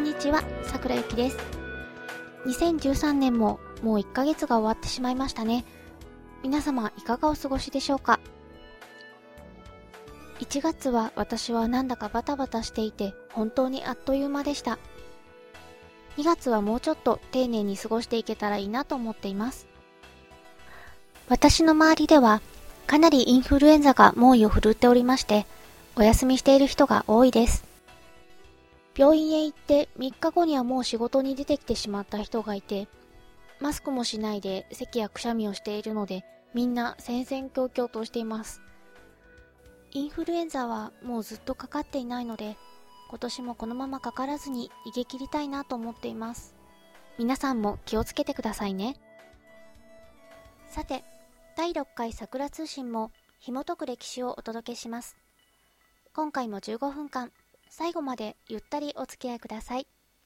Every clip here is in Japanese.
にちは、桜ゆきです。2013年ももう1ヶ月が終わってしまいましたね。皆様いかがお過ごしでしょうか。1月は私はなんだかバタバタしていて本当にあっという間でした。2月はもうちょっと丁寧に過ごしていけたらいいなと思っています。私の周りではかなりインフルエンザが猛威を振るっておりまして、お休みしている人が多いです。病院へ行って3日後にはもう仕事に出てきてしまった人がいて、マスクもしないで咳やくしゃみをしているので、みんな戦々恐々としています。インフルエンザはもうずっとかかっていないので、今年もこのままかからずに逃げ切りたいなと思っています。皆さんも気をつけてくださいね。さて、第6回桜通信も紐解く歴史をお届けします。今回も15分間、最後までゆったりお付き合いください。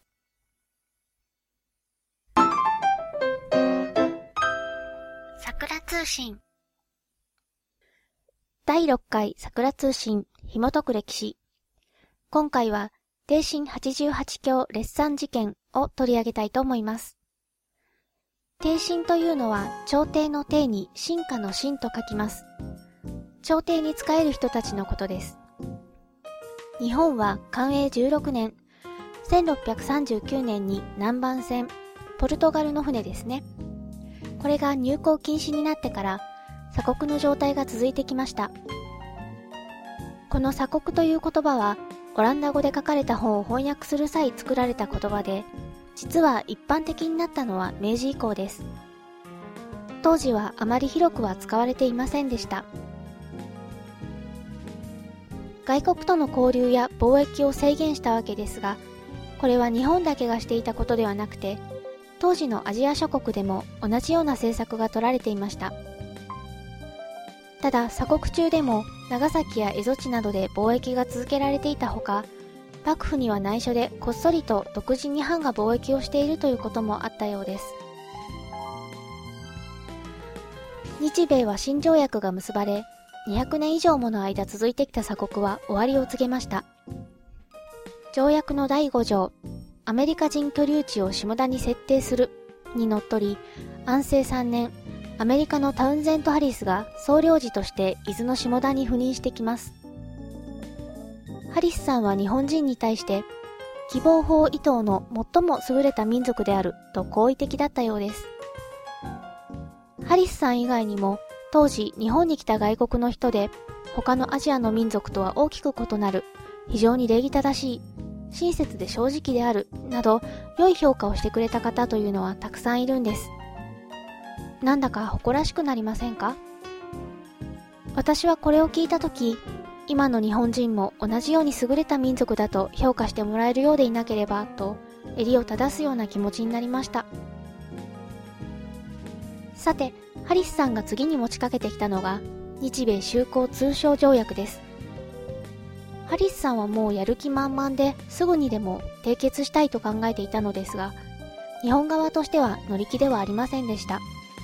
桜通信第6回桜通信紐解く歴史。今回は帝辛88卿列参事件を取り上げたいと思います。帝辛というのは朝廷の帝に臣下の臣と書きます。朝廷に仕える人たちのことです。日本は寛永16年、1639年に南蛮船、ポルトガルの船ですね。これが入港禁止になってから鎖国の状態が続いてきました。この鎖国という言葉はオランダ語で書かれた本を翻訳する際作られた言葉で、実は一般的になったのは明治以降です。当時はあまり広くは使われていませんでした。外国との交流や貿易を制限したわけですが、これは日本だけがしていたことではなくて、当時のアジア諸国でも同じような政策が取られていました。ただ鎖国中でも長崎や蝦夷地などで貿易が続けられていたほか、幕府には内緒でこっそりと独自に藩が貿易をしているということもあったようです。日米和親条約が結ばれ、200年以上もの間続いてきた鎖国は終わりを告げました。条約の第5条、アメリカ人居留地を下田に設定するにのっとり、安政3年、アメリカのタウンゼント・ハリスが総領事として伊豆の下田に赴任してきます。ハリスさんは日本人に対して、喜望法イ島の最も優れた民族であると好意的だったようです。ハリスさん以外にも、当時日本に来た外国の人で他のアジアの民族とは大きく異なる、非常に礼儀正しい、親切で正直であるなど良い評価をしてくれた方というのはたくさんいるんです。なんだか誇らしくなりませんか？私はこれを聞いたとき、今の日本人も同じように優れた民族だと評価してもらえるようでいなければと襟を正すような気持ちになりました。さて、ハリスさんが次に持ちかけてきたのが日米修好通商条約です。ハリスさんはもうやる気満々ですぐにでも締結したいと考えていたのですが、日本側としては乗り気ではありませんでした。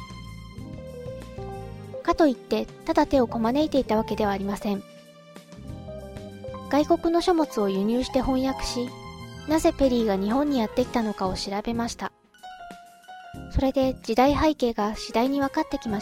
かといってただ手をこまねいていたわけではありません。外国の書物を輸入して翻訳し、なぜペリーが日本にやってきたのかを調べました。それで時代背景が次第に分かってきました。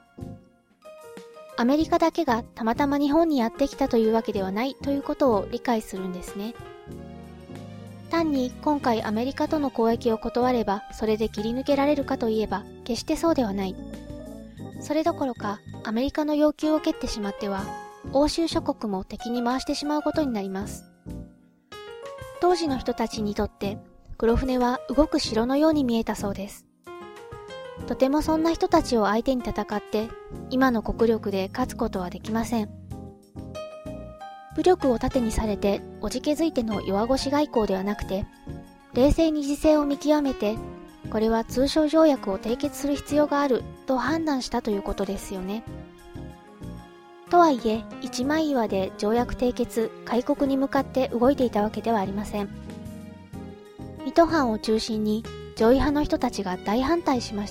アメリカだけがたまたま日本にやってきたというわけではないということを理解するんですね。単に今回アメリカとの交易を断ればそれで切り抜けられるかといえば決してそうではない。それどころかアメリカの要求を蹴ってしまっては欧州諸国も敵に回してしまうことになります。当時の人たちにとって黒船は動く城のように見えたそうです。とてもそんな人たちを相手に戦って今の国力で勝つことはできません。武力を盾にされておじけづいての弱腰外交ではなくて、冷静に時勢を見極めてこれは通商条約を締結する必要があると判断したということですよね。とはいえ一枚岩で条約締結開国に向かって動いていたわけではありません。水戸藩を中心に攘夷派の人たちが大反対しました。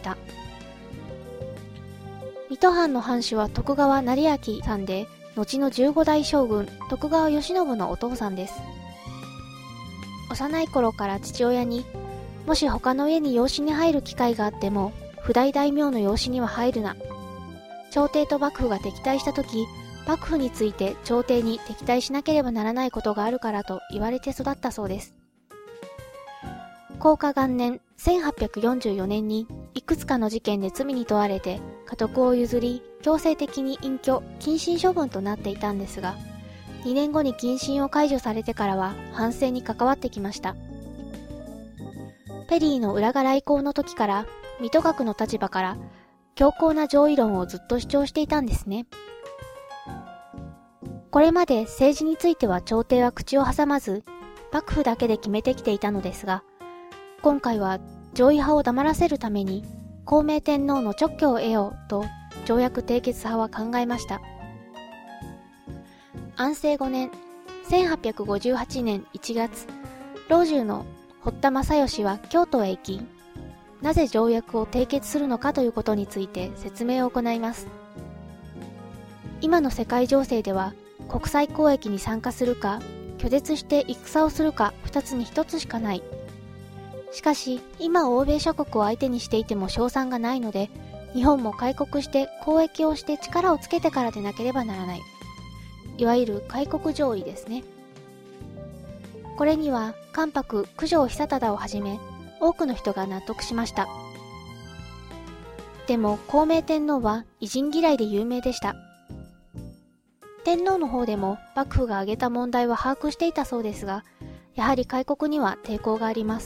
水戸藩の藩主は徳川斉昭さんで、後の15代将軍徳川慶喜のお父さんです。 幼い頃から父親に、もし他の家に養子に入る機会があっても、譜代大名の養子には入るな。朝廷と幕府が敵対した時、幕府について朝廷に敵対しなければならないことがあるからと言われて育ったそうです。弘化元年1844年にいくつかの事件で罪に問われて家督を譲り強制的に隠居・謹慎処分となっていたんですが、2年後に謹慎を解除されてからは反省に関わってきました。ペリーの裏柄移行の時から水戸学の立場から強硬な上位論をずっと主張していたんですね。これまで政治については朝廷は口を挟まず幕府だけで決めてきていたのですが、今回は上位派を黙らせるために孝明天皇の勅許を得ようと条約締結派は考えました。安政5年1858年1月、老中の堀田正義は京都へ行き、なぜ条約を締結するのかということについて説明を行います。今の世界情勢では国際交易に参加するか拒絶して戦をするか2つに1つしかない。しかし今欧米諸国を相手にしていても勝算がないので、日本も開国して交易をして力をつけてからでなければならない。いわゆる開国上位ですね。これには関白九条久忠をはじめ多くの人が納得しました。でも孝明天皇は偉人嫌いで有名でした。天皇の方でも幕府が挙げた問題は把握していたそうですが、やはり開国には抵抗があります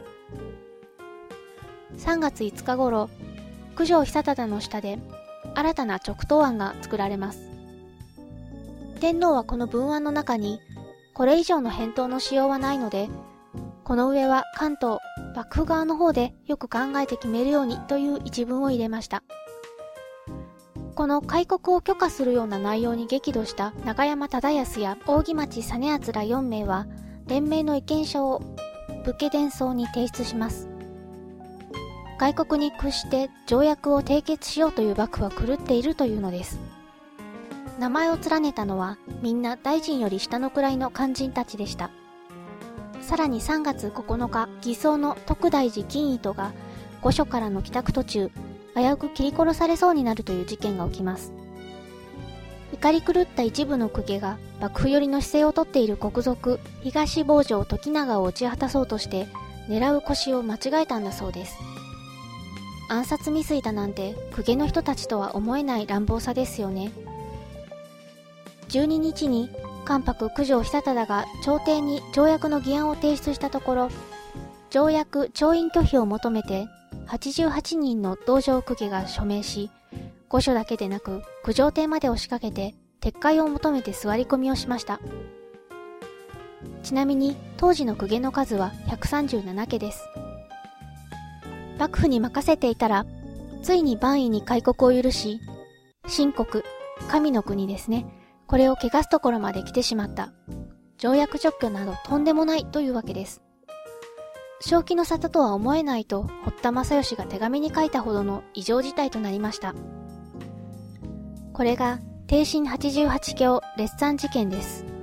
。3月5日頃、九条久忠の下で新たな勅答案が作られます。天皇はこの文案の中に、これ以上の返答のしようはないので、この上は関東、幕府側の方でよく考えて決めるようにという一文を入れました。この開国を許可するような内容に激怒した中山忠康や扇町実篤ら4名は、連盟の意見書を武家伝奏に提出します。外国に屈して条約を締結しようという幕府は狂っているというのです。名前を連ねたのはみんな大臣より下の位の官人たちでした。さらに3月9日、偽装の徳大寺金糸が御所からの帰宅途中、危うく切り殺されそうになるという事件が起きます。怒り狂った一部の公家が幕府寄りの姿勢をとっている国賊、東坊城時長を討ち果たそうとして狙う腰を間違えたんだそうです。暗殺未遂だなんて公家の人たちとは思えない乱暴さですよね。12日に関白九条久忠が朝廷に条約の議案を提出したところ、条約調印拒否を求めて88人の道場公家が署名し、御所だけでなく九条邸まで押しかけて撤回を求めて座り込みをしました。ちなみに当時の公家の数は137家です。幕府に任せていたら、ついに万位に開国を許し、神国、神の国ですね、これを汚すところまで来てしまった。条約勅許などとんでもないというわけです。正気の沙汰とは思えないと堀田正義が手紙に書いたほどの異常事態となりました。これが帝辛88卿列参事件です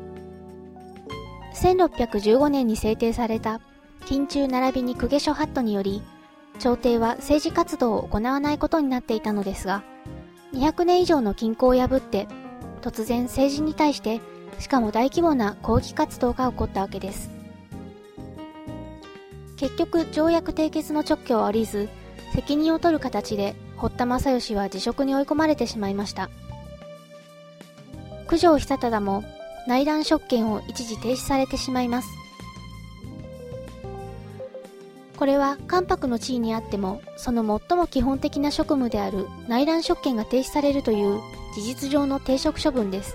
。1615年に制定された禁中並びに公家諸法度により、朝廷は政治活動を行わないことになっていたのですが、200年以上の均衡を破って突然政治に対して、しかも大規模な抗議活動が起こったわけです。結局条約締結の勅許を下りず、責任を取る形で堀田正義は辞職に追い込まれてしまいました。九条久忠も内乱職権を一時停止されてしまいます。これは関白の地位にあっても、その最も基本的な職務である内乱職権が停止されるという事実上の停職処分です。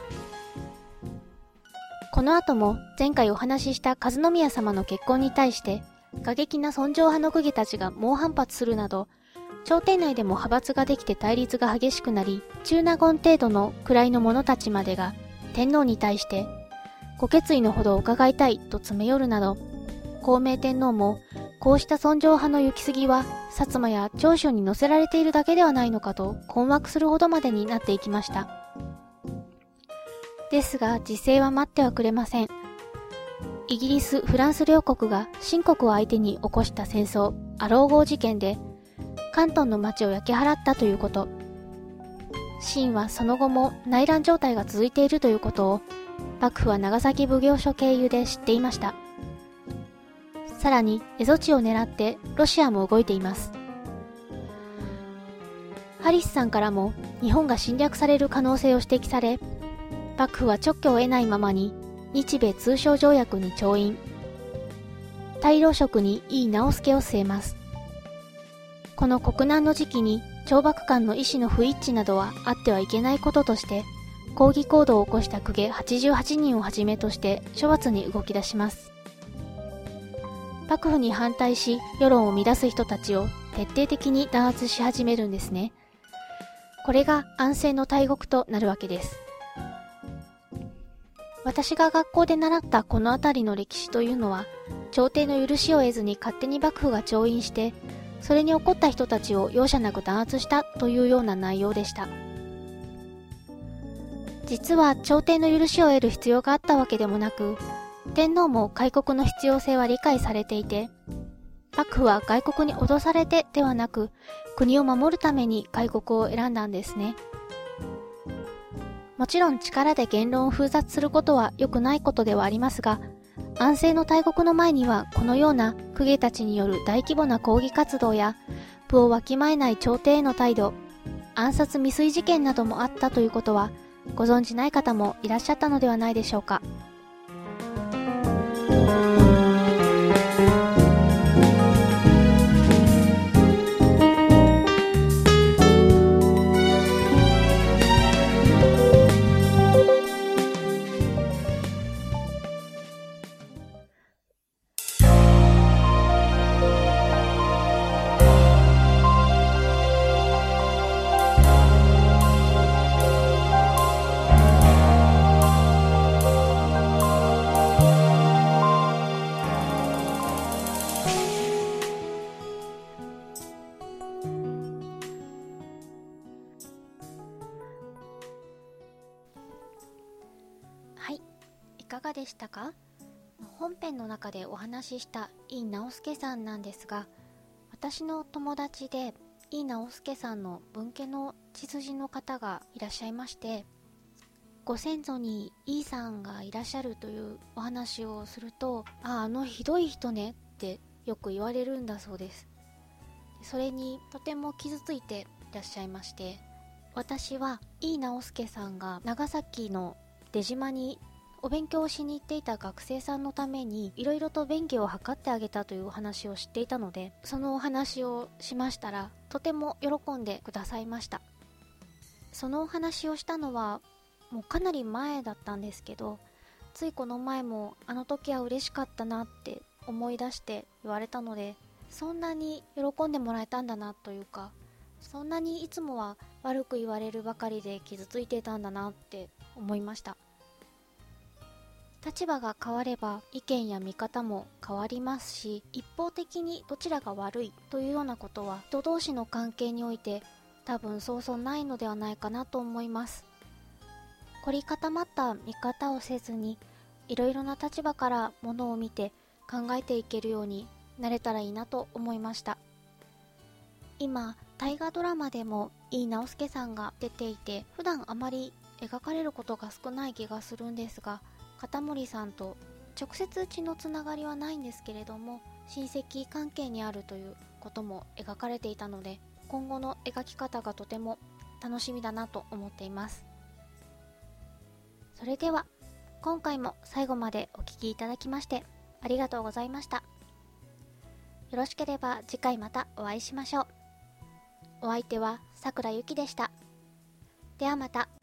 この後も前回お話しした和宮様の結婚に対して過激な尊攘派の公家たちが猛反発するなど、朝廷内でも派閥ができて対立が激しくなり、中納言程度の位の者たちまでが天皇に対してご決意のほどを伺いたいと詰め寄るなど、孝明天皇もこうした尊攘派の行き過ぎは薩摩や長州に乗せられているだけではないのかと困惑するほどまでになっていきました。ですが時勢は待ってはくれません。 イギリス・フランス両国が清国を相手に起こした戦争、アロー号事件で、広東の町を焼き払ったということ。清はその後も内乱状態が続いているということを、幕府は長崎奉行所経由で知っていました。さらに、蝦夷地を狙ってロシアも動いています。ハリスさんからも日本が侵略される可能性を指摘され、幕府は直居を得ないままに日米通商条約に調印。大老職に井伊直弼を据えます。この国難の時期に朝幕間の意思の不一致などはあってはいけないこととして、抗議行動を起こした公家88人をはじめとして処罰に動き出します。幕府に反対し世論を乱す人たちを徹底的に弾圧し始めるんですね。これが安政の大国となるわけです。私が学校で習ったこの辺りの歴史というのは、朝廷の許しを得ずに勝手に幕府が調印して、それに怒った人たちを容赦なく弾圧したというような内容でした。実は朝廷の許しを得る必要があったわけでもなく、天皇も開国の必要性は理解されていて、幕府は外国に脅されてではなく、国を守るために開国を選んだんですね。もちろん力で言論を封殺することは良くないことではありますが、安政の大国の前にはこのような公家たちによる大規模な抗議活動や、武をわきまえない朝廷への態度、暗殺未遂事件などもあったということは、ご存じない方もいらっしゃったのではないでしょうか。はい、いかがでしたか？本編の中でお話しした井伊直弼さんなんですが、私の友達で井伊直弼さんの分家の血筋の方がいらっしゃいまして、ご先祖に井伊さんがいらっしゃるというお話をすると、あのひどい人ねってよく言われるんだそうです。それにとても傷ついていらっしゃいまして、私は井伊直弼さんが長崎の出島にお勉強をしに行っていた学生さんのためにいろいろと便宜を図ってあげたというお話を知っていたので、そのお話をしましたらとても喜んでくださいました。そのお話をしたのはもうかなり前だったんですけど、ついこの前もあの時は嬉しかったなって思い出して言われたので、そんなに喜んでもらえたんだなというか、そんなにいつもは悪く言われるばかりで傷ついていたんだなって思いました。立場が変われば意見や見方も変わりますし、一方的にどちらが悪いというようなことは人同士の関係において多分そうそうないのではないかなと思います。凝り固まった見方をせずに、いろいろな立場からものを見て考えていけるようになれたらいいなと思いました。今大河ドラマでも井伊直弼さんが出ていて、普段あまり描かれることが少ない気がするんですが、片森さんと直接血のつながりはないんですけれども、親戚関係にあるということも描かれていたので、今後の描き方がとても楽しみだなと思っています。それでは今回も最後までお聞きいただきましてありがとうございました。よろしければ次回またお会いしましょう。お相手はさくらゆきでした。ではまた。